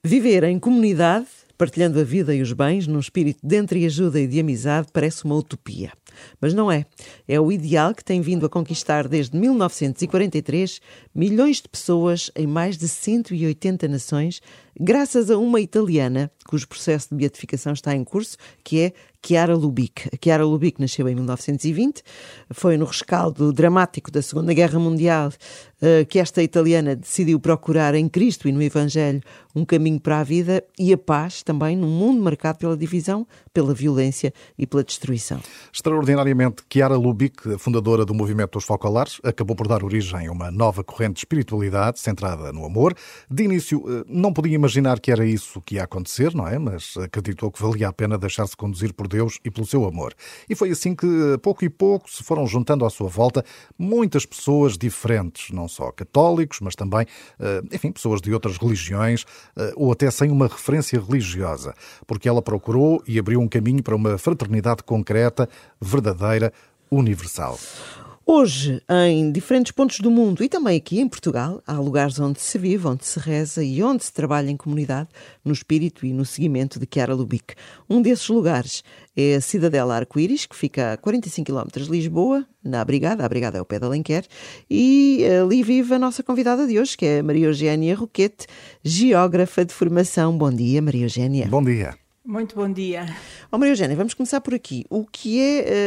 Viver em comunidade, partilhando a vida e os bens, num espírito de entreajuda e de amizade, parece uma utopia. Mas não é. É o ideal que tem vindo a conquistar desde 1943 milhões de pessoas em mais de 180 nações, graças a uma italiana cujo processo de beatificação está em curso, que é Chiara Lubich. A Chiara Lubich nasceu em 1920, foi no rescaldo dramático da Segunda Guerra Mundial que esta italiana decidiu procurar em Cristo e no Evangelho um caminho para a vida e a paz também num mundo marcado pela divisão, pela violência e pela destruição. Extraordinariamente, Chiara Lubich, fundadora do movimento dos Focolares, acabou por dar origem a uma nova corrente de espiritualidade centrada no amor. De início, não podia imaginar que era isso que ia acontecer, não é? Mas acreditou que valia a pena deixar-se conduzir por Deus e pelo seu amor. E foi assim que, pouco e pouco, se foram juntando à sua volta muitas pessoas diferentes, não só católicos, mas também, pessoas de outras religiões, ou até sem uma referência religiosa, porque ela procurou e abriu um caminho para uma fraternidade concreta, verdadeira, universal. Hoje, em diferentes pontos do mundo e também aqui em Portugal, há lugares onde se vive, onde se reza e onde se trabalha em comunidade, no espírito e no seguimento de Chiara Lubich. Um desses lugares é a Cidadela Arco-Íris, que fica a 45 km de Lisboa, na Abrigada. A Abrigada é o pé de Alenquer, e ali vive a nossa convidada de hoje, que é Maria Eugénia Roquete, geógrafa de formação. Bom dia, Maria Eugénia. Bom dia. Muito bom dia. Maria Eugénia, vamos começar por aqui. O que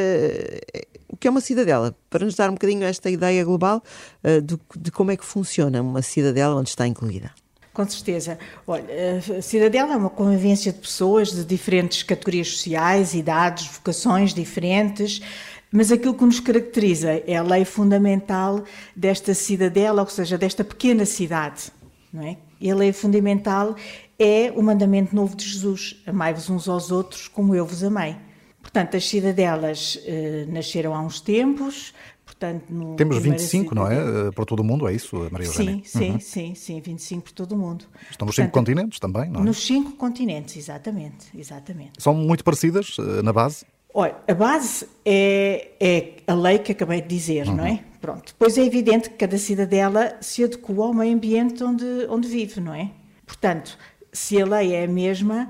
é uma cidadela? Para nos dar um bocadinho esta ideia global de como é que funciona uma cidadela onde está incluída. Com certeza. Olha, a cidadela é uma convivência de pessoas de diferentes categorias sociais, idades, vocações diferentes, mas aquilo que nos caracteriza é a lei fundamental desta cidadela, ou seja, desta pequena cidade, não é? E a lei fundamental é o mandamento novo de Jesus: amai-vos uns aos outros como eu vos amei. Portanto, as cidadelas nasceram há uns tempos. Portanto, temos 25, não é? Por todo o mundo, é isso, Maria Eugénia? Sim, 25 por todo o mundo. Estão nos 5 continentes também, não é? Nos 5 continentes, exatamente. São muito parecidas na base? Olha, a base é a lei que acabei de dizer, não é? Pronto. Depois é evidente que cada cidadela se adequa ao meio ambiente onde vive, não é? Portanto, se a lei é a mesma,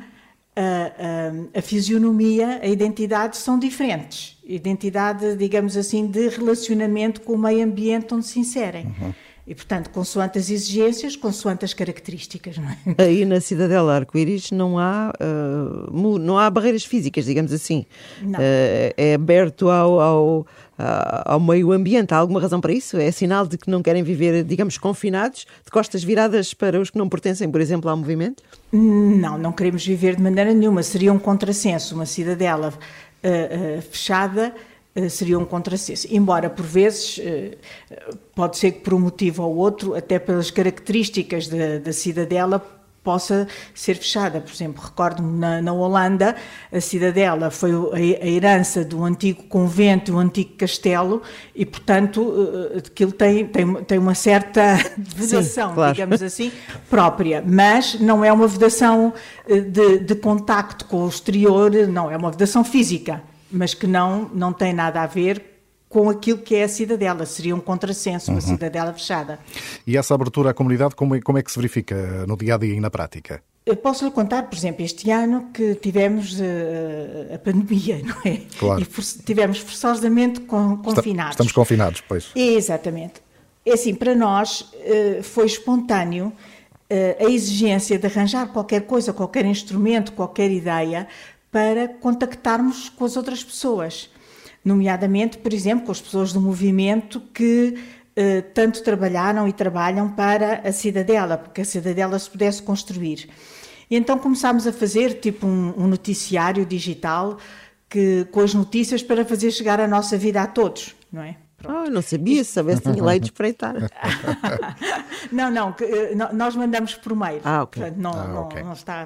a fisionomia, a identidade são diferentes. Identidade, digamos assim, de relacionamento com o meio ambiente onde se inserem. E, portanto, consoante as exigências, consoante as características, não é? Aí na Cidadela Arco-Íris não há barreiras físicas, digamos assim. Não. É aberto ao meio ambiente. Há alguma razão para isso? É sinal de que não querem viver, digamos, confinados, de costas viradas para os que não pertencem, por exemplo, ao movimento? Não queremos viver de maneira nenhuma. Seria um contrassenso. Uma cidadela fechada seria um contrassenso. Embora, por vezes, pode ser que por um motivo ou outro, até pelas características da cidadela, possa ser fechada. Por exemplo, recordo-me na Holanda, a cidadela foi a herança do antigo convento, o antigo castelo, e, portanto, aquilo tem uma certa vedação, sim, claro, digamos assim, própria. Mas não é uma vedação de contacto com o exterior, não, é uma vedação física, mas que não tem nada a ver com aquilo que é a cidadela. Seria um contrassenso, uma cidadela fechada. E essa abertura à comunidade, como é que se verifica no dia-a-dia e na prática? Eu posso lhe contar, por exemplo, este ano que tivemos a pandemia, não é? Claro. E tivemos forçosamente confinados. Estamos confinados, pois. Exatamente. É assim, para nós foi espontâneo a exigência de arranjar qualquer coisa, qualquer instrumento, qualquer ideia, para contactarmos com as outras pessoas. Nomeadamente, por exemplo, com as pessoas do movimento que tanto trabalharam e trabalham para a cidadela, porque a cidadela se pudesse construir. E então começámos a fazer tipo um noticiário digital com as notícias para fazer chegar a nossa vida a todos, não é? Não sabia, se soubesse tinha lá de espreitar. Não, nós mandamos por mail. Ok. Portanto, Ok. não está...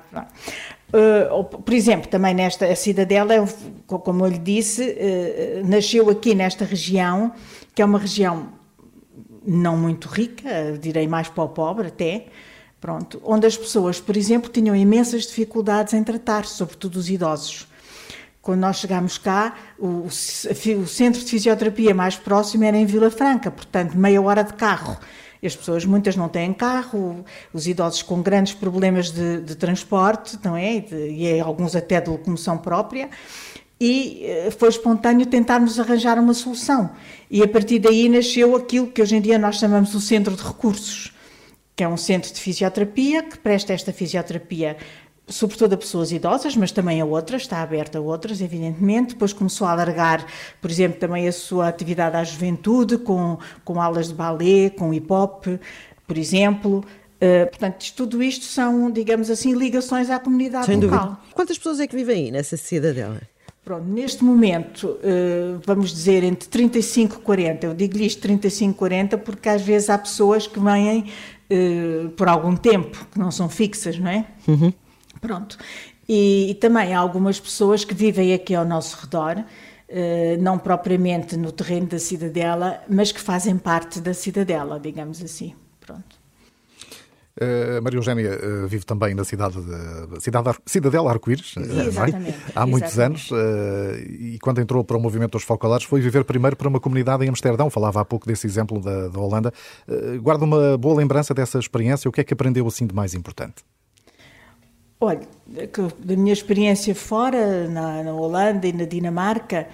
Por exemplo, também nesta a cidadela, como eu lhe disse, nasceu aqui nesta região, que é uma região não muito rica, direi mais para o pobre até, pronto, onde as pessoas, por exemplo, tinham imensas dificuldades em tratar, sobretudo os idosos. Quando nós chegámos cá, o centro de fisioterapia mais próximo era em Vila Franca, portanto, meia hora de carro. E as pessoas, muitas não têm carro, os idosos com grandes problemas de transporte, não é? E alguns até de locomoção própria. E foi espontâneo tentarmos arranjar uma solução. E a partir daí nasceu aquilo que hoje em dia nós chamamos o Centro de Recursos, que é um centro de fisioterapia que presta esta fisioterapia sobretudo a pessoas idosas, mas também a outras, está aberta a outras, evidentemente. Depois começou a alargar, por exemplo, também a sua atividade à juventude, com aulas de balé, com hip-hop, por exemplo. Portanto, tudo isto são, digamos assim, ligações à comunidade Sem local. dúvida. Quantas pessoas é que vivem aí, nessa cidadela? Pronto, neste momento, vamos dizer, entre 35 e 40. Eu digo-lhe isto 35 e 40 porque às vezes há pessoas que vêm por algum tempo, que não são fixas, não é? Uhum. Pronto. E também há algumas pessoas que vivem aqui ao nosso redor, não propriamente no terreno da cidadela, mas que fazem parte da cidadela, digamos assim. Pronto. Maria Eugénia vive também na Cidadela Arco-Íris, há muitos anos, e quando entrou para o movimento dos Focalares foi viver primeiro para uma comunidade em Amsterdão. Falava há pouco desse exemplo da Holanda. Guarda uma boa lembrança dessa experiência? O que é que aprendeu assim de mais importante? Olha, da minha experiência fora, na Holanda e na Dinamarca,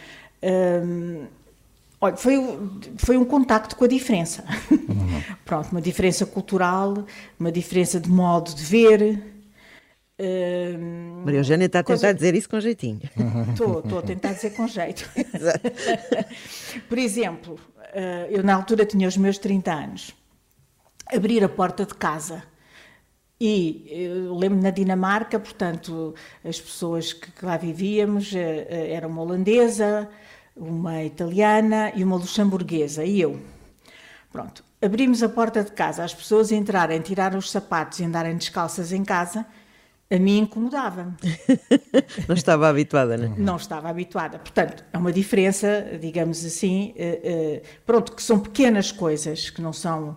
olha, foi um contacto com a diferença. Uhum. Pronto, uma diferença cultural, uma diferença de modo de ver. Maria Eugénia está a tentar dizer isso com jeitinho. Estou a tentar dizer com jeito. Por exemplo, eu na altura tinha os meus 30 anos. Abrir a porta de casa. E eu lembro na Dinamarca, portanto, as pessoas que lá vivíamos eram uma holandesa, uma italiana e uma luxemburguesa, e eu. Pronto, abrimos a porta de casa, as pessoas entrarem, tirar os sapatos e andarem descalças em casa, a mim incomodava-me. Não estava habituada, não é? Não estava habituada. Portanto, é uma diferença, digamos assim, pronto, que são pequenas coisas, que não são...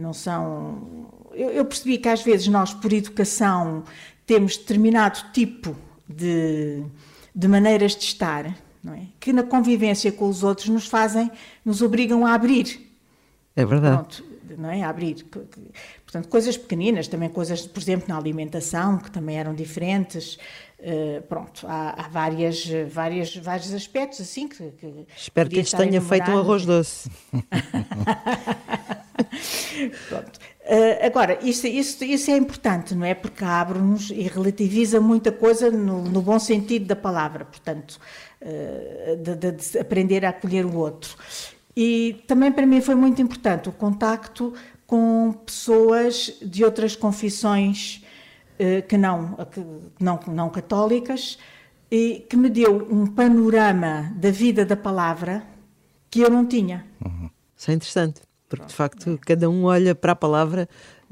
Eu percebi que às vezes nós, por educação, temos determinado tipo de maneiras de estar, não é? Que na convivência com os outros nos obrigam a abrir. É verdade. Pronto, não é? A abrir. Portanto, coisas pequeninas, também coisas, por exemplo, na alimentação, que também eram diferentes. Pronto, há vários aspectos assim que espero que lhes tenha feito um arroz doce. Pronto. Agora, isso é importante, não é? Porque abre-nos e relativiza muita coisa no bom sentido da palavra, portanto, de aprender a acolher o outro. E também para mim foi muito importante o contacto com pessoas de outras confissões que não católicas, e que me deu um panorama da vida da palavra que eu não tinha. Uhum. Isso é interessante. Porque, de facto, cada um olha para a palavra,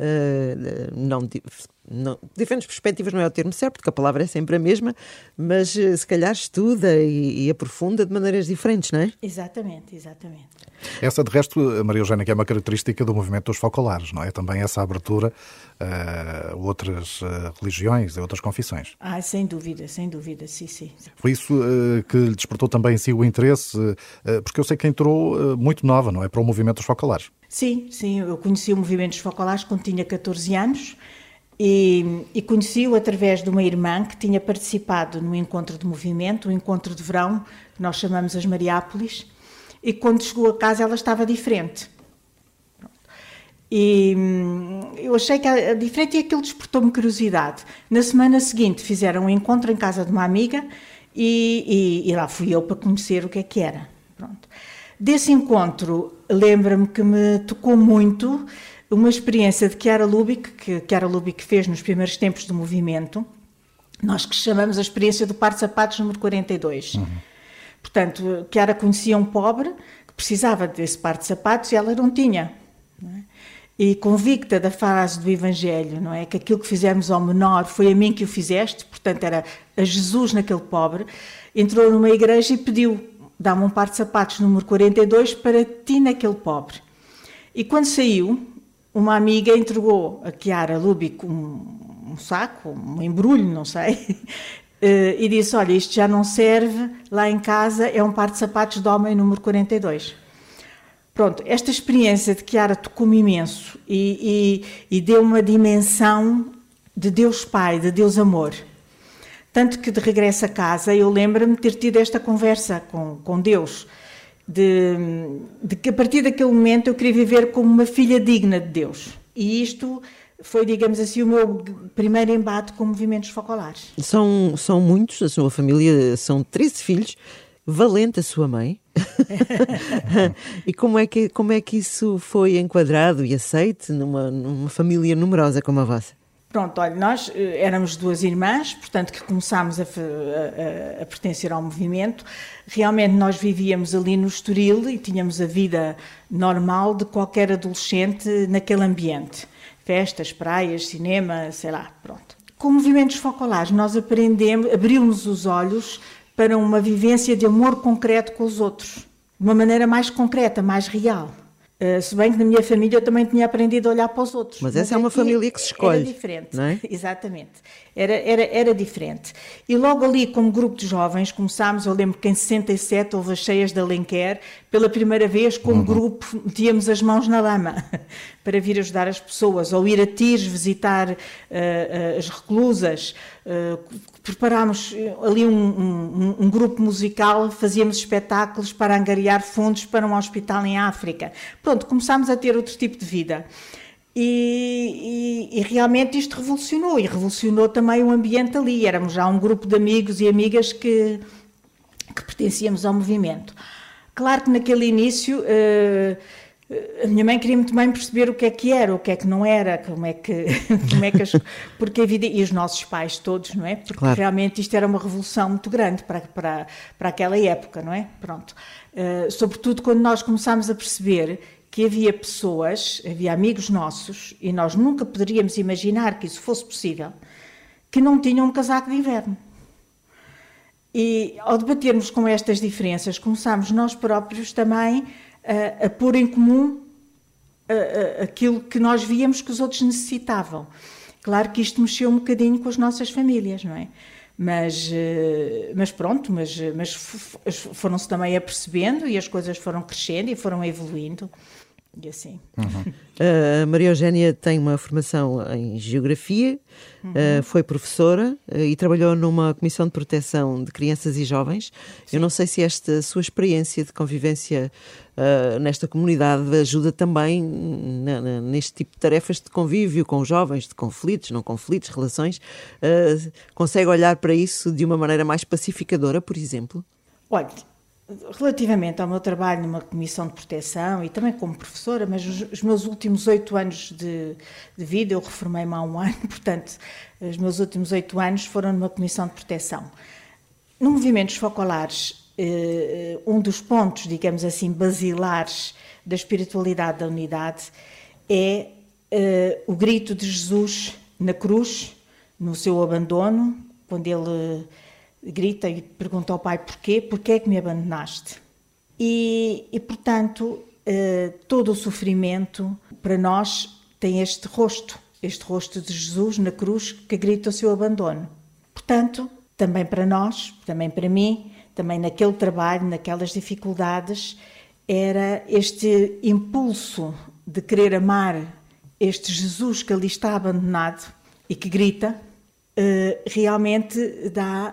diferentes perspectivas não é o termo certo, porque a palavra é sempre a mesma, mas se calhar estuda e aprofunda de maneiras diferentes, não é? Exatamente. Essa, de resto, Maria Eugénia, que é uma característica do movimento dos Focalares, não é? Também essa abertura a outras religiões, a outras confissões. Sem dúvida, sim. Foi isso que lhe despertou também em si o interesse, porque eu sei que entrou muito nova, não é? Para o movimento dos Focalares. Sim, eu conheci o movimento dos Focalares quando tinha 14 anos e conheci-o através de uma irmã que tinha participado no encontro de movimento, o encontro de verão, que nós chamamos as Mariápolis, e quando chegou a casa ela estava diferente. E eu achei que era diferente e aquilo despertou-me curiosidade. Na semana seguinte fizeram um encontro em casa de uma amiga e lá fui eu para conhecer o que é que era. Pronto. Desse encontro, lembro-me que me tocou muito uma experiência de Chiara Lubick, que Chiara Lubick fez nos primeiros tempos do movimento, nós que chamamos a experiência do par de sapatos número 42. Uhum. Portanto, Chiara conhecia um pobre que precisava desse par de sapatos e ela não tinha. Não é? E convicta da frase do Evangelho, não é? Que aquilo que fizemos ao menor foi a mim que o fizeste, portanto era a Jesus naquele pobre, entrou numa igreja e pediu: dá-me um par de sapatos número 42 para ti naquele pobre. E quando saiu, uma amiga entregou a Chiara Lubick um saco, um embrulho, não sei, e disse: olha, isto já não serve, lá em casa é um par de sapatos de homem número 42. Pronto, esta experiência de Chiara tocou-me imenso e deu uma dimensão de Deus Pai, de Deus Amor. Tanto que de regresso a casa eu lembro-me de ter tido esta conversa com Deus, de que a partir daquele momento eu queria viver como uma filha digna de Deus. E isto foi, digamos assim, o meu primeiro embate com movimentos focolares. São muitos, a sua família são 13 filhos, valente a sua mãe. E como é que isso foi enquadrado e aceite numa família numerosa como a vossa? Pronto, olha, nós éramos 2 irmãs, portanto que começámos a pertencer ao movimento. Realmente nós vivíamos ali no Estoril e tínhamos a vida normal de qualquer adolescente naquele ambiente. Festas, praias, cinema, sei lá, pronto. Com movimentos focolares nós abriu-nos os olhos para uma vivência de amor concreto com os outros, de uma maneira mais concreta, mais real. Se bem que na minha família eu também tinha aprendido a olhar para os outros. Mas essa é uma família que se escolhe. Era diferente, não é? Exatamente. Era diferente. E logo ali, como grupo de jovens, começámos, eu lembro que em 67 houve as cheias de Alenquer, pela primeira vez, como grupo, metíamos as mãos na lama para vir ajudar as pessoas, ou ir a Tires visitar as reclusas. Preparámos ali um grupo musical, fazíamos espetáculos para angariar fundos para um hospital em África. Pronto, começámos a ter outro tipo de vida. E realmente isto revolucionou, e revolucionou também o ambiente ali. Éramos já um grupo de amigos e amigas que pertencíamos ao movimento. Claro que naquele início a minha mãe queria muito bem perceber o que é que era, o que é que não era, porque a vida, e os nossos pais todos, não é? Porque claro, realmente isto era uma revolução muito grande para aquela época, não é? Pronto. Sobretudo quando nós começámos a perceber que havia pessoas, havia amigos nossos, e nós nunca poderíamos imaginar que isso fosse possível, que não tinham um casaco de inverno. E ao debatermos com estas diferenças, começámos nós próprios também a pôr em comum aquilo que nós víamos que os outros necessitavam. Claro que isto mexeu um bocadinho com as nossas famílias, não é? Mas pronto, mas foram-se também apercebendo e as coisas foram crescendo e foram evoluindo. E assim. A Maria Eugénia tem uma formação em Geografia, foi professora e trabalhou numa comissão de proteção de crianças e jovens. Sim. Eu não sei se esta sua experiência de convivência nesta comunidade ajuda também neste tipo de tarefas de convívio com os jovens, de conflitos, não conflitos, relações. Consegue olhar para isso de uma maneira mais pacificadora, por exemplo? Olha, relativamente ao meu trabalho numa comissão de proteção e também como professora, mas os meus últimos 8 anos de vida, eu reformei-me há 1 ano, portanto, os meus últimos 8 anos foram numa comissão de proteção. No movimentos focolares, um dos pontos, digamos assim, basilares da espiritualidade da unidade é o grito de Jesus na cruz, no seu abandono, quando ele grita e pergunta ao Pai porquê é que me abandonaste? E portanto, todo o sofrimento para nós tem este rosto de Jesus na cruz que grita o seu abandono. Portanto, também para nós, também para mim, também naquele trabalho, naquelas dificuldades, era este impulso de querer amar este Jesus que ali está abandonado e que grita, realmente dá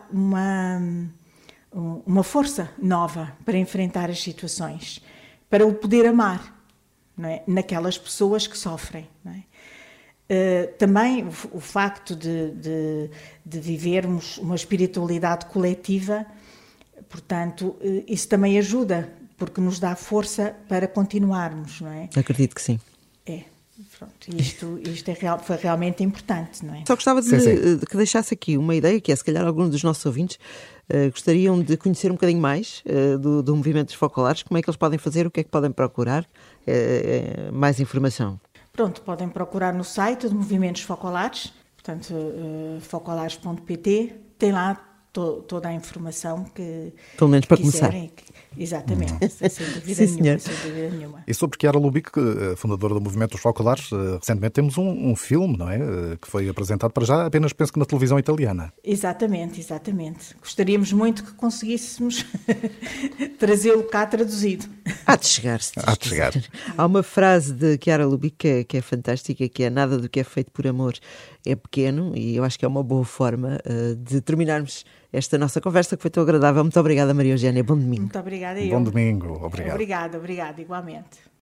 uma força nova para enfrentar as situações, para o poder amar, não é? Naquelas pessoas que sofrem. Não é? Também o facto de vivermos uma espiritualidade coletiva, portanto, isso também ajuda, porque nos dá força para continuarmos, não é? Acredito que sim. Pronto, isto foi realmente importante, não é? Só gostava de que deixasse aqui uma ideia, que é, se calhar, alguns dos nossos ouvintes gostariam de conhecer um bocadinho mais do movimento dos focolares, como é que eles podem fazer, o que é que podem procurar, mais informação. Pronto, podem procurar no site de Movimentos Focolares, portanto, focolares.pt, tem lá toda a informação que pelo menos para quiserem. Exatamente, sem dúvida Sim, nenhuma, senhor. sem dúvida nenhuma. E sobre Chiara Lubick, fundadora do Movimento dos Focolares, recentemente temos um filme, não é? Que foi apresentado para já, apenas penso que na televisão italiana. Exatamente. Gostaríamos muito que conseguíssemos trazê-lo cá traduzido. Há de chegar, se Deus Há de chegar. quiser. Há uma frase de Chiara Lubick que é fantástica, que é: nada do que é feito por amor é pequeno, e eu acho que é uma boa forma de terminarmos esta nossa conversa, que foi tão agradável. Muito obrigada, Maria Eugénia. Bom domingo. Muito obrigada. Bom domingo. Obrigado. Obrigada, igualmente.